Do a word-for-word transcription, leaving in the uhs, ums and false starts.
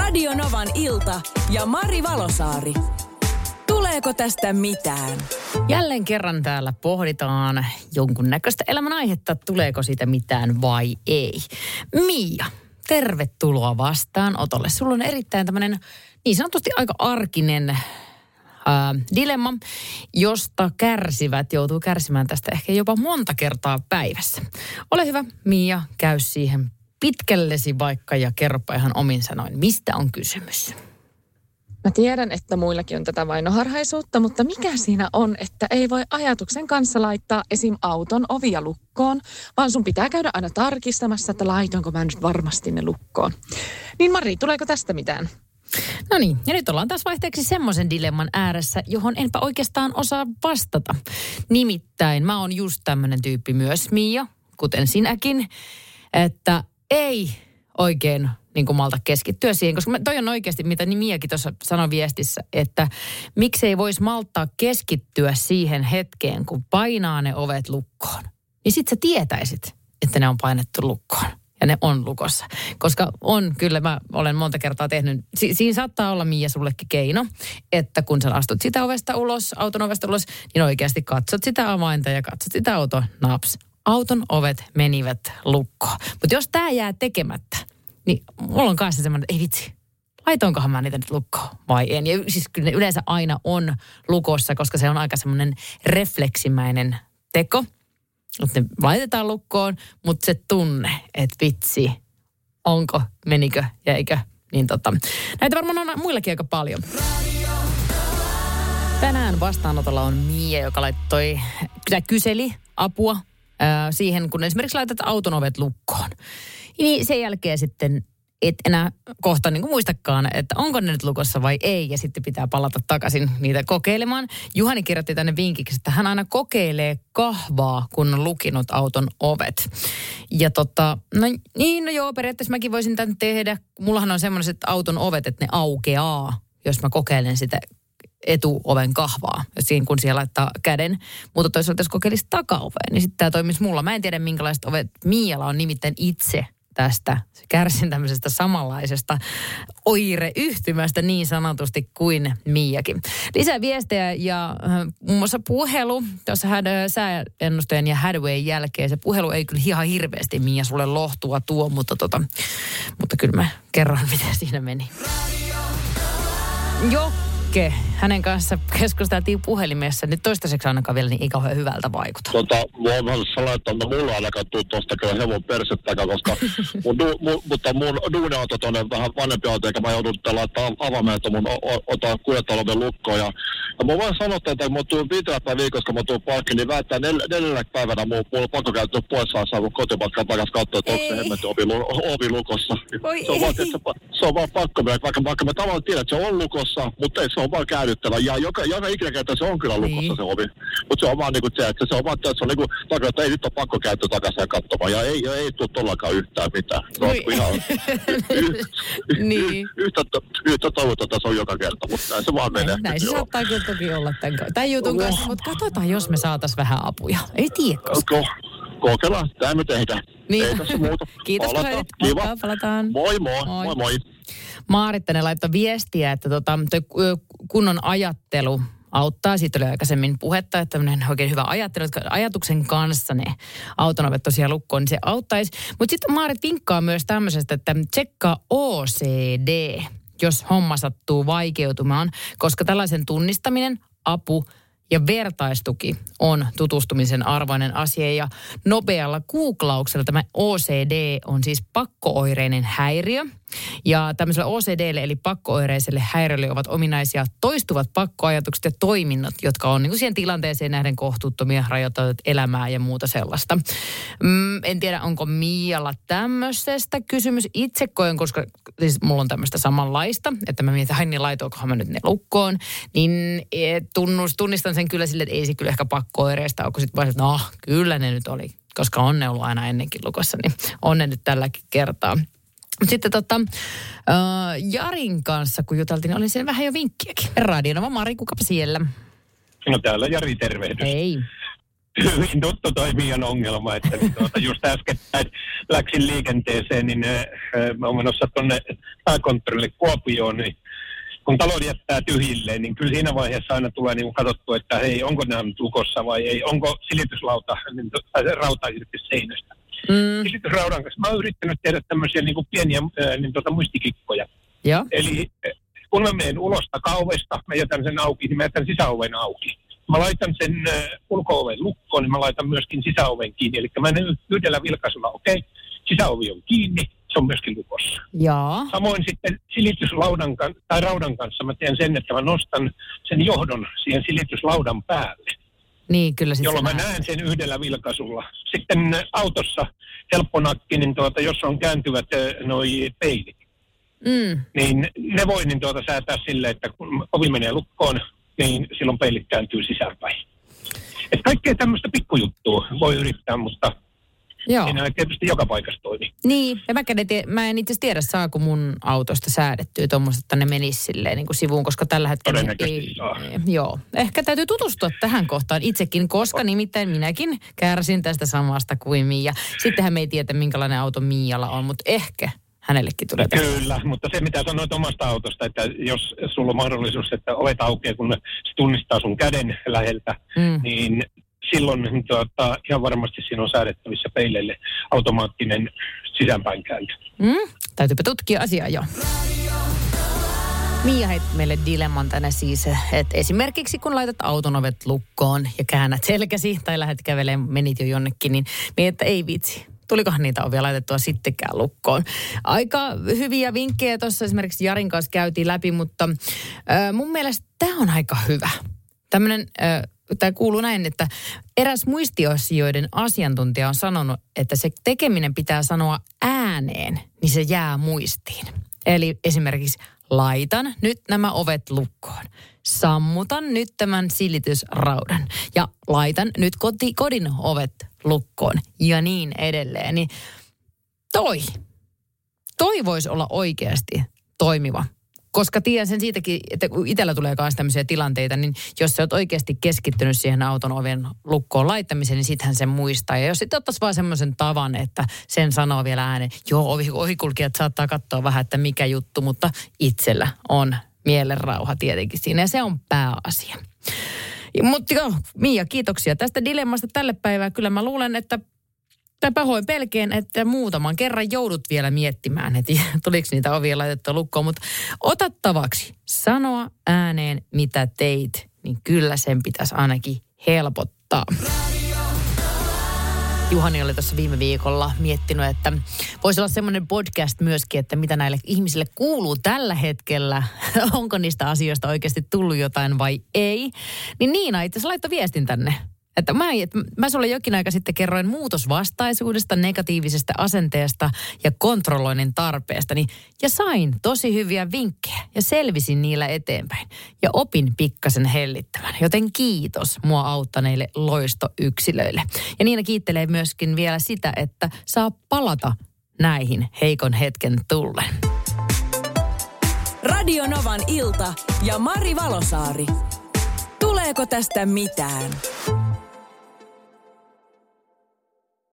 Radio Novan ilta ja Mari Valosaari. Tuleeko tästä mitään? Jälleen kerran täällä pohditaan jonkunnäköistä elämän aihetta, tuleeko siitä mitään vai ei. Miia, tervetuloa vastaanotolle. Sulla on erittäin tämmöinen niin sanotusti aika arkinen ää, dilemma, josta kärsivät, joutuu kärsimään tästä ehkä jopa monta kertaa päivässä. Ole hyvä, Miia, käy siihen pitkällesi vaikka ja kerropa ihan omin sanoin, mistä on kysymys. Mä tiedän, että muillakin on tätä vainoharhaisuutta, mutta mikä siinä on, että ei voi ajatuksen kanssa laittaa esim. Auton ovia lukkoon, vaan sun pitää käydä aina tarkistamassa, että laitonko mä nyt varmasti ne lukkoon. Niin Mari, tuleeko tästä mitään? No niin, ja nyt ollaan taas vaihteeksi semmoisen dilemman ääressä, johon enpä oikeastaan osaa vastata. Nimittäin mä oon just tämmönen tyyppi myös, Miia, kuten sinäkin, että ei oikein niin kuin malta keskittyä siihen, koska toi on oikeasti, mitä Miakin tuossa sanoi viestissä, että miksei voisi malttaa keskittyä siihen hetkeen, kun painaa ne ovet lukkoon. Niin sit sä tietäisit, että ne on painettu lukkoon ja ne on lukossa. Koska on, kyllä mä olen monta kertaa tehnyt, si- siinä saattaa olla Miia sullekin keino, että kun sä astut sitä ovesta ulos, auton ovesta ulos, niin oikeasti katsot sitä avainta ja katsot sitä auton naps. Auton ovet menivät lukkoon. Mutta jos tää jää tekemättä, niin mulla on kanssa semmoinen, että ei vitsi, laitoinkohan mä niitä nyt lukkoon vai en. Ja siis kyllä ne yleensä aina on lukossa, koska se on aika semmoinen refleksimäinen teko. Että ne laitetaan lukkoon, mutta se tunne, että vitsi, onko, menikö ja eikö. Niin tota, näitä varmaan on muillakin aika paljon. Tänään vastaanotolla on Miia, joka laittoi, kyseli apua ää, siihen, kun esimerkiksi laitat auton ovet lukkoon. Niin sen jälkeen sitten et enää kohta niin kuin muistakaan, että onko ne nyt lukossa vai ei. Ja sitten pitää palata takaisin niitä kokeilemaan. Juhani kirjoitti tänne vinkiksi, että hän aina kokeilee kahvaa, kun on lukinut auton ovet. Ja tota, no niin, no joo, periaatteessa mäkin voisin tämän tehdä. Mullahan on semmoiset auton ovet, että ne aukeaa, jos mä kokeilen sitä etuoven kahvaa, siinä kun siellä laittaa käden. Mutta toisaalta jos kokeilisi takaoveen, niin sitten tämä toimisi mulla. Mä en tiedä, minkälaiset ovet Mialla on, nimittäin itse tästä kärsin tämmöisestä samanlaisesta oireyhtymästä niin sanotusti kuin Miakin. Lisää viestejä ja äh, muun muassa puhelu, tuossa had, äh, sääennustajan ja Hadwayn jälkeen. Se puhelu ei kyllä ihan hirveästi Mia sulle lohtua tuo, mutta, tota, mutta kyllä mä kerron, mitä siinä meni. Joo. Hänen kanssa keskusteltiin puhelimessa. Nyt toistaiseksi ainakaan vielä niin ei kauhean hyvältä vaikuta. Tota, voin vähän sanoa, että mulla ainakaan tuu tuosta kyllä hevon persettäkään, koska mun, du, mu, mutta mun duuniauto tuonne vähän vanhempi auto, eikä mä joudun laittaa avaimelta mun ottaa kuljetaloven lukkoon. Ja, ja mä voin sanoa, että kun mä tuun viitellä päivää viikossa, kun mä tuun parkkiin, niin väittää nel, neljällä päivänä mulla on pakko käyttää pois saa saa kotimatkan takaisin katsoa, että onko se hemmetti ovi, ovi lukossa. Se on, vaan, se, se on vaan pakko, vaikka, vaikka mä tavallaan tiedän, että se on lukossa, mutta ei se on vaan käännyttävä. Ja joka, joka ikinä kertaa se on kyllä lukossa niin. Se ovi. Mutta se on vaan niinku se, että se on vaan, että se on niinku, takia, että ei nyt ole pakko käyttää takaisin ja katsomaan. Ja ei, ei tule tollakaan yhtään mitään. Se on ihan y, niin. yhtä, yhtä toivotonta se on joka kerta, mutta näin se vaan menee. Näin se joo. Saattaa kyllä toki olla tämän, tämän jutun oh. kanssa, mutta katsotaan, jos me saataisiin vähän apuja. Ei tiedä koska. Kokeillaan, tämä me tehdään. Niin. Ei tässä muuta. Kiitos, kun höydit. Kiva. Palataan. Moi moi. Moi moi. moi. Maarittainen laittoi viestiä, että tota, kunnon ajattelu auttaa. Siitä oli aikaisemmin puhetta, että tämmöinen oikein hyvä ajattelu, että ajatuksen kanssa ne auton ovet tosiaan lukkoon, niin se auttaisi. Mutta sitten Maarit vinkkaa myös tämmöisestä, että tsekkaa O C D, jos homma sattuu vaikeutumaan, koska tällaisen tunnistaminen, apu ja vertaistuki on tutustumisen arvoinen asia. Ja nopealla googlauksella tämä O C D on siis pakkooireinen häiriö. Ja tämmöiselle O C D:lle eli pakkooireiselle häiriölle ovat ominaisia toistuvat pakkoajatukset ja toiminnot, jotka on niin kuin siihen tilanteeseen nähden kohtuuttomia, rajoittavat elämää ja muuta sellaista. Mm, en tiedä, onko Mialla tämmöisestä kysymys. Itse koen, koska siis mulla on tämmöistä samanlaista, että mä mietin, niin laitoinkohan mä nyt ne lukkoon, niin tunnust, tunnistan sen kyllä sille, että ei se kyllä ehkä pakkooireista ole, kun sitten vaan, että no kyllä ne nyt oli, koska on ne ollut aina ennenkin lukossa, niin on ne nyt tälläkin kertaa. Sitten tota, äh, Jarin kanssa, kun juteltiin, niin oli siellä vähän jo vinkkiäkin. Radio Nova Mari, kukapa siellä? No täällä Jari, tervehdys. Hei. hyvin tuttu toimijan ongelma, että tuota, just äsken läksin liikenteeseen, niin äh, mä oon menossa tuonne pääkonttorille Kuopioon, niin kun talo jättää tyhjilleen, niin kyllä siinä vaiheessa aina tulee niin katsottu, että hei, onko nämä nyt lukossa vai ei, onko silityslauta niin, tai se rauta irti seinästä. Mm. Silitysraudan kanssa mä oon yrittänyt tehdä tämmöisiä niin kuin pieniä äh, niin, tuota, muistikikkoja. Ja. Eli kun mä menen ulos takaovesta, mä jätän sen auki, niin mä jätän sisäoven auki. Mä laitan sen äh, ulko-oven lukkoon, niin mä laitan myöskin sisäoven kiinni. Eli mä menen yhdellä vilkaisulla, okei, okay, sisäovi on kiinni, se on myöskin lukossa. Ja. Samoin sitten silityslaudan kan- tai raudan kanssa mä teen sen, että mä nostan sen johdon siihen silityslaudan päälle. Niin, kyllä siis jolloin mä näen sen yhdellä vilkaisulla. Sitten autossa helpponakki, niin tuota, jos on kääntyvät noi peilit, mm. niin ne voi niin tuota säätää silleen, että kun ovi menee lukkoon, niin silloin peilit kääntyy sisäänpäin. Että kaikkea tämmöistä pikkujuttua voi yrittää, mutta joo. Siinä ei tietysti joka paikassa toimi. Niin, ja mä, tii- mä en itse tiedä, saako mun autosta säädettyä tuommoista, että ne menisi silleen niin kuin sivuun, koska tällä hetkellä ei, ei. Joo, ehkä täytyy tutustua tähän kohtaan itsekin, koska nimittäin minäkin kärsin tästä samasta kuin Miia. Sittenhän me ei tiedä, minkälainen auto Miialla on, mutta ehkä hänellekin tulee tästä. Kyllä, mutta se mitä sanoit omasta autosta, että jos sulla on mahdollisuus, että ovet aukeaa, kun se tunnistaa sun käden läheltä, mm. niin silloin tuota, ihan varmasti siinä on säädettävissä peileille automaattinen sisäänpäin kääntö. Mm, täytyypä tutkia asiaa jo. Miia heitti meille dilemman tänne siis, että esimerkiksi kun laitat auton ovet lukkoon ja käännät selkäsi tai lähdet kävelemään, menit jo jonnekin, niin mietit, että ei vitsi. Tulikohan niitä ovia laitettua sittenkään lukkoon. Aika hyviä vinkkejä tuossa esimerkiksi Jarin kanssa käytiin läpi, mutta äh, mun mielestä tämä on aika hyvä. Tämmöinen, äh, tämä kuuluu näin, että eräs muistioasioiden asiantuntija on sanonut, että se tekeminen pitää sanoa ääneen, niin se jää muistiin. Eli esimerkiksi laitan nyt nämä ovet lukkoon. Sammutan nyt tämän silitysraudan ja laitan nyt koti, kodin ovet lukkoon ja niin edelleen. Niin toi, toi voisi olla oikeasti toimiva. Koska tiedän sen siitäkin, että kun itsellä tulee myös tämmöisiä tilanteita, niin jos sä oot oikeasti keskittynyt siihen auton oven lukkoon laittamiseen, niin sittenhän sen muistaa. Ja jos sitten ottaisi vaan semmoisen tavan, että sen sanoo vielä ääneen, joo, ohikulkijat saattaa katsoa vähän, että mikä juttu, mutta itsellä on mielenrauha tietenkin siinä ja se on pääasia. Mutta joo, Miia, kiitoksia tästä dilemmasta tälle päivään. Kyllä mä luulen, että tai pahoin pelkeen, että muutaman kerran joudut vielä miettimään, että tuliko niitä ovia laitettua lukkoon, mutta ota tavaksi sanoa ääneen, mitä teit, niin kyllä sen pitäisi ainakin helpottaa. Juhani oli tuossa viime viikolla miettinyt, että voisi olla semmoinen podcast myöskin, että mitä näille ihmisille kuuluu tällä hetkellä, onko niistä asioista oikeasti tullut jotain vai ei. Niin Niina itse asiassa laittoi viestin tänne. Että mä, että mä sulle jokin aika sitten kerroin muutosvastaisuudesta, negatiivisesta asenteesta ja kontrolloinnin tarpeesta. Niin, ja sain tosi hyviä vinkkejä ja selvisin niillä eteenpäin. Ja opin pikkasen hellittämään. Joten kiitos mua auttaneille loistoyksilöille. Ja Niina kiittelee myöskin vielä sitä, että saa palata näihin heikon hetken tullen. Radio Novan ilta ja Mari Valosaari. Tuleeko tästä mitään?